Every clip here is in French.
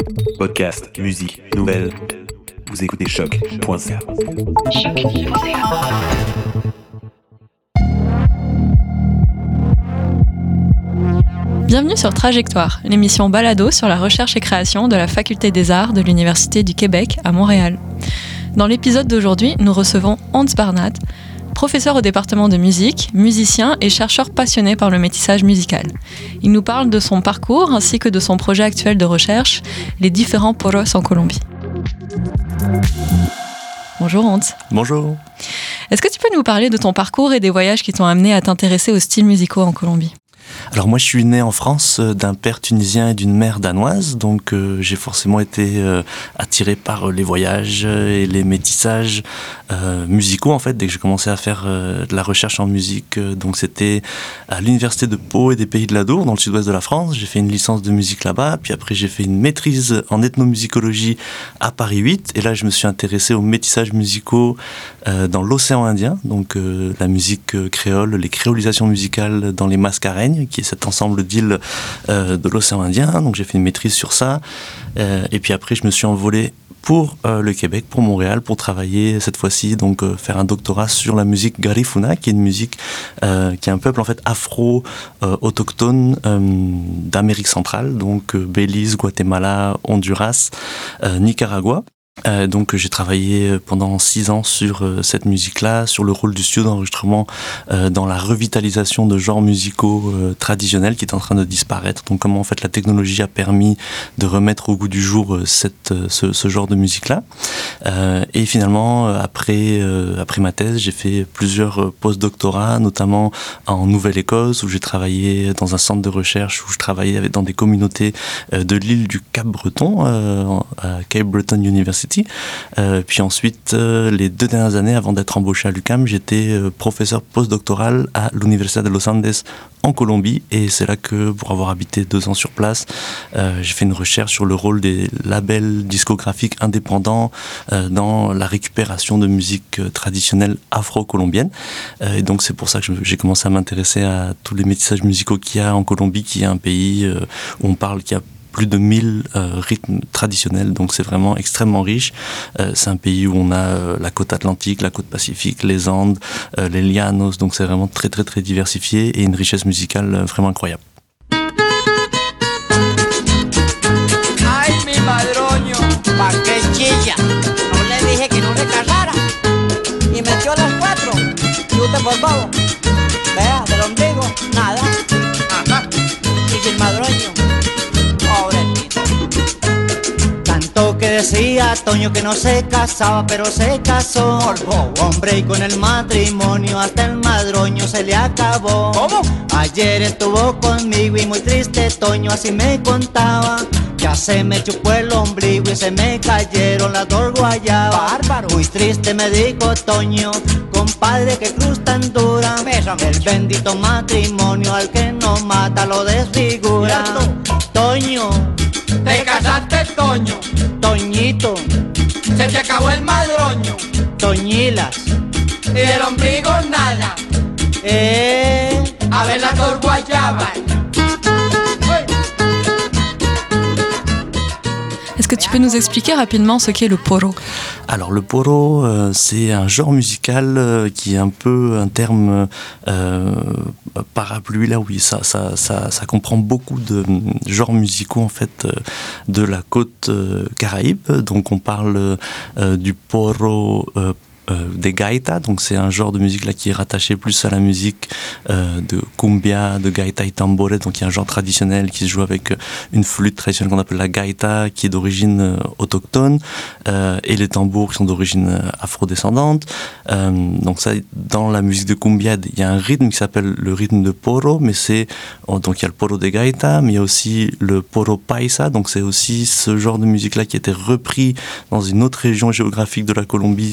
Podcast, musique, nouvelles. Vous écoutez choc.ca. Bienvenue sur Trajectoire, l'émission balado sur la recherche et création de la Faculté des Arts de l'Université du Québec à Montréal. Dans l'épisode d'aujourd'hui, nous recevons Hans Barnard, professeur au département de musique, musicien et chercheur passionné par le métissage musical. Il nous parle de son parcours ainsi que de son projet actuel de recherche, les différents poros en Colombie. Bonjour Hans. Bonjour. Est-ce que tu peux nous parler de ton parcours et des voyages qui t'ont amené à t'intéresser aux styles musicaux en Colombie ? Alors moi je suis né en France d'un père tunisien et d'une mère danoise, donc j'ai forcément été attiré par les voyages et les métissages musicaux en fait dès que j'ai commencé à faire de la recherche en musique. Donc c'était à l'université de Pau et des Pays de l'Adour dans le sud-ouest de la France. J'ai fait une licence de musique là-bas, puis après j'ai fait une maîtrise en ethnomusicologie à Paris 8 et là je me suis intéressé aux métissages musicaux dans l'océan Indien, donc la musique créole, les créolisations musicales dans les Mascareignes, qui est cet ensemble d'îles de l'océan Indien. Donc j'ai fait une maîtrise sur ça. Et puis après, je me suis envolé pour le Québec, pour Montréal, pour travailler cette fois-ci, donc faire un doctorat sur la musique Garifuna, qui est une musique qui est un peuple en fait afro-autochtone d'Amérique centrale, donc Belize, Guatemala, Honduras, Nicaragua. Donc j'ai travaillé pendant 6 ans sur cette musique-là, sur le rôle du studio d'enregistrement dans la revitalisation de genres musicaux traditionnels qui est en train de disparaître. Donc comment en fait la technologie a permis de remettre au goût du jour ce genre de musique-là. Et finalement après ma thèse, j'ai fait plusieurs post-doctorats, notamment en Nouvelle-Écosse où j'ai travaillé dans un centre de recherche où je travaillais dans des communautés de l'île du Cap-Breton, à Cape Breton University. Puis ensuite, les 2 dernières années, avant d'être embauché à l'UQAM, j'étais professeur postdoctoral à l'Université de Los Andes en Colombie. Et c'est là que, pour avoir habité 2 ans sur place, j'ai fait une recherche sur le rôle des labels discographiques indépendants dans la récupération de musique traditionnelle afro-colombienne. Et donc c'est pour ça que j'ai commencé à m'intéresser à tous les métissages musicaux qu'il y a en Colombie, qui est un pays où on parle qu'il y a plus de 1000 rythmes traditionnels, donc c'est vraiment extrêmement riche. C'est un pays où on a la côte atlantique, la côte pacifique, les Andes, les Llanos, donc c'est vraiment très très très diversifié et une richesse musicale vraiment incroyable. Ay, mi madroño, pa' que chilla. No le dije que no le casara. Y metió las 4. Y usted por bobo. Vea, del ombligo, nada. Ajá. Y el madroño. Tanto que decía Toño que no se casaba, pero se casó. Hombre, y con el matrimonio hasta el madroño se le acabó. ¿Cómo? Ayer estuvo conmigo y muy triste Toño así me contaba. Ya se me chupó el ombligo y se me cayeron las 2 guayabas. Bárbaro. Muy triste me dijo Toño, compadre, qué cruz tan dura. Bésame. El bendito matrimonio al que no mata lo desfigura. Toño, te casaste, Toño. Toñito, Se te acabó el madroño. Toñilas. Y del ombligo nada. A ver las 2 guayabas. Est-ce que tu peux nous expliquer rapidement ce qu'est le poro ? Alors le poro, c'est un genre musical qui est un peu un terme parapluie, là oui, ça comprend beaucoup de genres musicaux en fait de la côte Caraïbe. Donc on parle du poro des gaitas, donc c'est un genre de musique là qui est rattaché plus à la musique de cumbia, de gaita y tambores, donc il y a un genre traditionnel qui se joue avec une flûte traditionnelle qu'on appelle la gaita, qui est d'origine autochtone, et les tambours qui sont d'origine afrodescendante. Donc ça, dans la musique de cumbia, il y a un rythme qui s'appelle le rythme de poro, mais donc il y a le poro de gaita, mais il y a aussi le poro paisa, donc c'est aussi ce genre de musique là qui a été repris dans une autre région géographique de la Colombie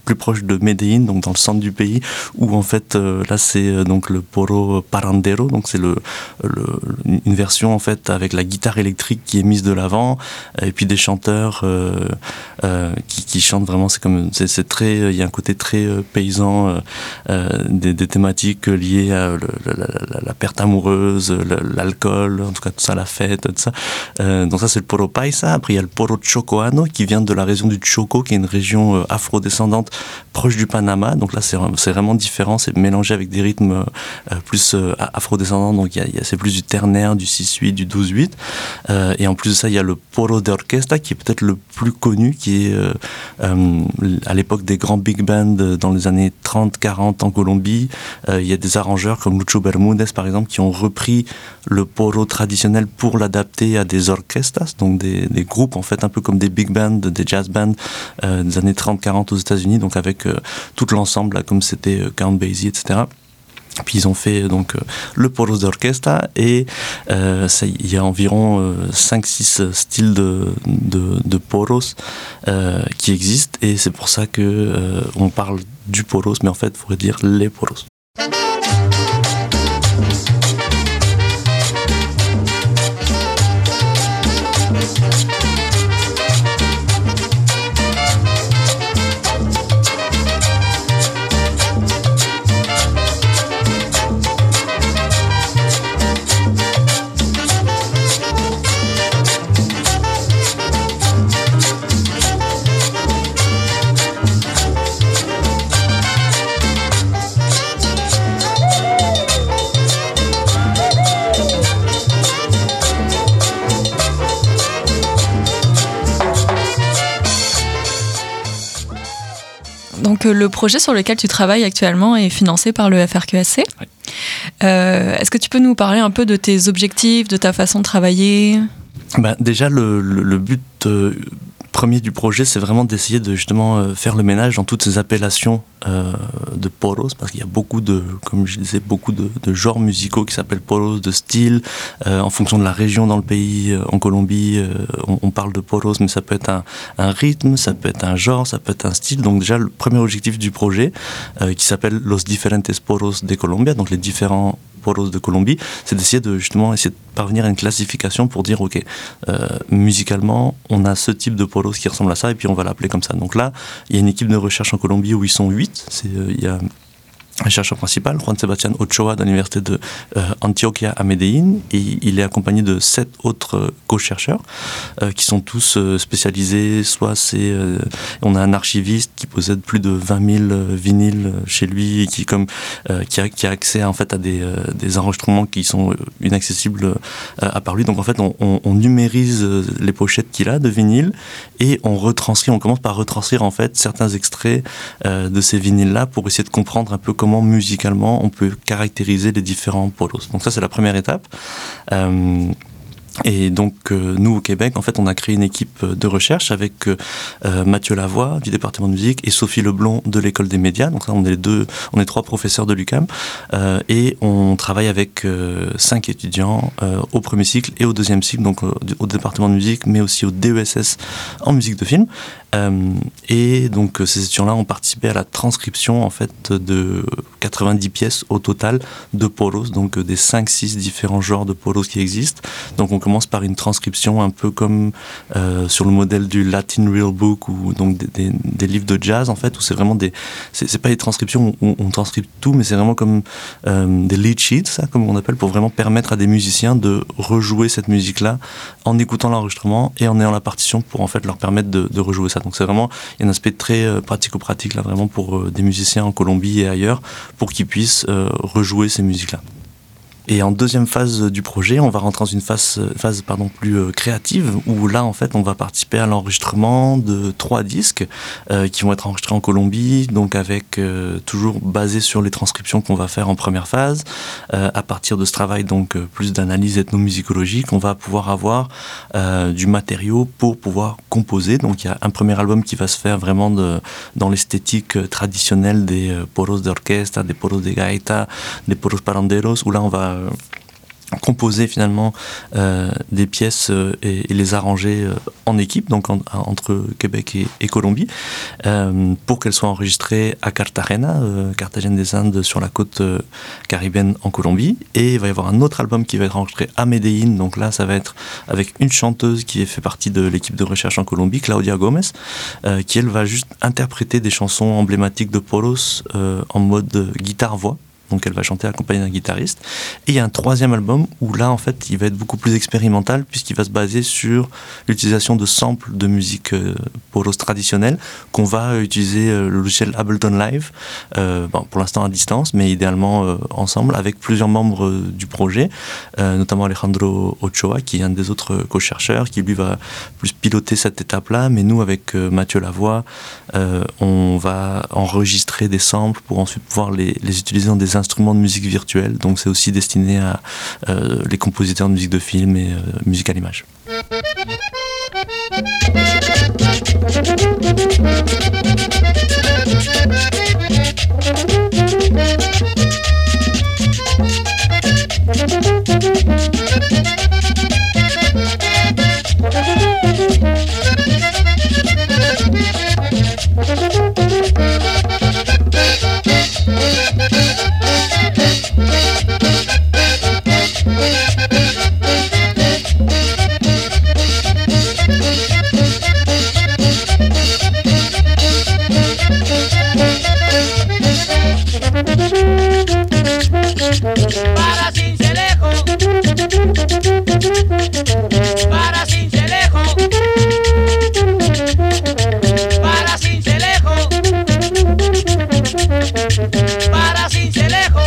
plus proche de Medellín, donc dans le centre du pays, où en fait là c'est donc le poro parandero, donc c'est une version en fait avec la guitare électrique qui est mise de l'avant, et puis des chanteurs qui chantent vraiment. C'est très, il y a un côté très paysan, des thématiques liées à la perte amoureuse, l'alcool, en tout cas tout ça, la fête, tout ça. Donc ça c'est le poro paisa. Après il y a le poro chocoano qui vient de la région du Choco, qui est une région afro-descendante proche du Panama. Donc là c'est vraiment différent, c'est mélangé avec des rythmes plus afro-descendants. Donc c'est plus du ternaire, du 6-8, du 12-8. Et en plus de ça il y a le poro de orquesta qui est peut-être le plus connu, qui est à l'époque des grands big bands dans les années 30-40 en Colombie. Il y a des arrangeurs comme Lucho Bermúdez par exemple qui ont repris le poro traditionnel pour l'adapter à des orchestras, donc des groupes en fait un peu comme des big bands, des jazz bands des années 30-40 aux États-Unis, donc avec tout l'ensemble là, comme c'était Count Basie, etc. Puis ils ont fait donc le poros d'orchestra et il y a environ 5-6 styles de poros qui existent, et c'est pour ça que on parle du poros, mais en fait il faudrait dire les poros. Donc le projet sur lequel tu travailles actuellement est financé par le FRQSC. Oui. Est-ce que tu peux nous parler un peu de tes objectifs, de ta façon de travailler ? Déjà, le but premier du projet, c'est vraiment d'essayer de justement faire le ménage dans toutes ces appellations de poros, parce qu'il y a beaucoup comme je disais, beaucoup de genres musicaux qui s'appellent poros, de styles, en fonction de la région dans le pays. En Colombie, on parle de poros, mais ça peut être un rythme, ça peut être un genre, ça peut être un style. Donc déjà, le premier objectif du projet, qui s'appelle Los Diferentes Poros de Colombia, donc les différents poros de Colombie, c'est d'essayer de parvenir à une classification pour dire ok, musicalement on a ce type de poros qui ressemble à ça, et puis on va l'appeler comme ça. Donc là il y a une équipe de recherche en Colombie où ils sont 8. Il y a un chercheur principal, Juan Sebastián Ochoa, de l'université de Antioquia à Medellín, et il est accompagné de 7 autres co-chercheurs qui sont tous spécialisés. On a un archiviste qui possède plus de 20 000 vinyles chez lui, et qui a accès en fait à des enregistrements qui sont inaccessibles à part lui. Donc en fait on numérise les pochettes qu'il a de vinyles, et on commence par retranscrire en fait certains extraits de ces vinyles là pour essayer de comprendre un peu comment musicalement on peut caractériser les différents poros. Donc ça c'est la première étape. Et donc nous au Québec, en fait, on a créé une équipe de recherche avec Mathieu Lavoie du département de musique et Sophie Leblond de l'école des médias. Donc là, on est 3 professeurs de l'UQAM, et on travaille avec 5 étudiants au premier cycle et au deuxième cycle, donc au département de musique, mais aussi au DESS en musique de film. Et donc ces étudiants-là ont participé à la transcription en fait de 90 pièces au total de poros, donc des 5-6 différents genres de poros qui existent. Donc on commence par une transcription un peu comme sur le modèle du Latin Real Book, ou donc des livres de jazz en fait, où c'est vraiment c'est pas des transcriptions où on transcrit tout, mais c'est vraiment comme des lead sheets, ça, comme on appelle, pour vraiment permettre à des musiciens de rejouer cette musique-là en écoutant l'enregistrement et en ayant la partition pour en fait leur permettre de rejouer ça. Donc c'est vraiment, il y a un aspect très pratico-pratique là, vraiment pour des musiciens en Colombie et ailleurs, pour qu'ils puissent rejouer ces musiques-là. Et en deuxième phase du projet, on va rentrer dans une phase plus créative, où là, en fait, on va participer à l'enregistrement de 3 disques qui vont être enregistrés en Colombie, donc avec toujours basé sur les transcriptions qu'on va faire en première phase. À partir de ce travail, donc plus d'analyse ethnomusicologique, on va pouvoir avoir du matériau pour pouvoir composer. Donc il y a un premier album qui va se faire vraiment dans l'esthétique traditionnelle des poros d'orchestra, des poros de gaita, des poros paranderos, où là on va composer finalement des pièces et les arranger en équipe, donc entre Québec et Colombie, pour qu'elles soient enregistrées à Cartagena, Carthagène des Indes, sur la côte caribéenne en Colombie. Et il va y avoir un autre album qui va être enregistré à Medellín, donc là ça va être avec une chanteuse qui fait partie de l'équipe de recherche en Colombie, Claudia Gomez, qui elle va juste interpréter des chansons emblématiques de Poros en mode guitare-voix. Donc elle va chanter accompagnée d'un guitariste. Et il y a un troisième album où là, en fait, il va être beaucoup plus expérimental puisqu'il va se baser sur l'utilisation de samples de musique Poros traditionnelle qu'on va utiliser le logiciel Ableton Live, pour l'instant à distance, mais idéalement ensemble avec plusieurs membres du projet, notamment Alejandro Ochoa, qui est un des autres co-chercheurs, qui lui va plus piloter cette étape-là. Mais nous, avec Mathieu Lavoie, on va enregistrer des samples pour ensuite pouvoir les utiliser dans des instruments de musique virtuelle, donc c'est aussi destiné à les compositeurs de musique de film et musique à l'image. Para Cincelejo, para Cincelejo, para Cincelejo, para Cincelejo.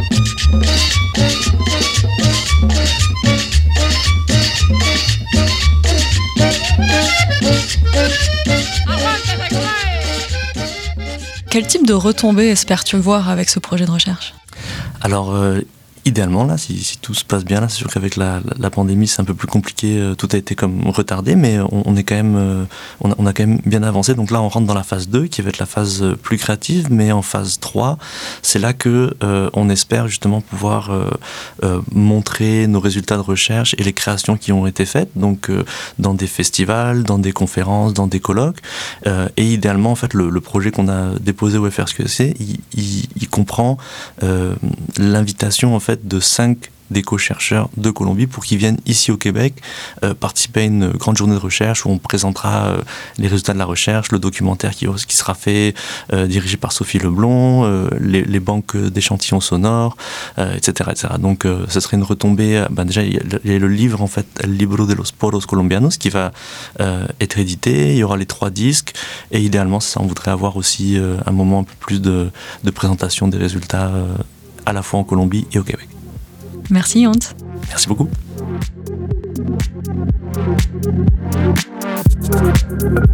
Quel type de retombées espères-tu voir avec ce projet de recherche ? Alors, idéalement, là, si tout se passe bien, là, c'est sûr qu'avec la pandémie, c'est un peu plus compliqué, tout a été comme retardé, mais on est quand même, on a quand même bien avancé. Donc là, on rentre dans la phase 2, qui va être la phase plus créative, mais en phase 3, c'est là que on espère justement pouvoir montrer nos résultats de recherche et les créations qui ont été faites, donc dans des festivals, dans des conférences, dans des colloques, et idéalement, en fait, le projet qu'on a déposé au FRSQC, il comprend l'invitation, en fait, de 5 des co-chercheurs de Colombie pour qu'ils viennent ici au Québec participer à une grande journée de recherche où on présentera les résultats de la recherche, le documentaire qui sera fait, dirigé par Sophie Leblond, les banques d'échantillons sonores, etc., etc. Donc ce serait une retombée. Déjà, il y a le livre, en fait, El Libro de los Poros Colombianos, qui va être édité. Il y aura les 3 disques et idéalement, ça, on voudrait avoir aussi un moment un peu plus de présentation des résultats à la fois en Colombie et au Québec. Merci Yont. Merci beaucoup.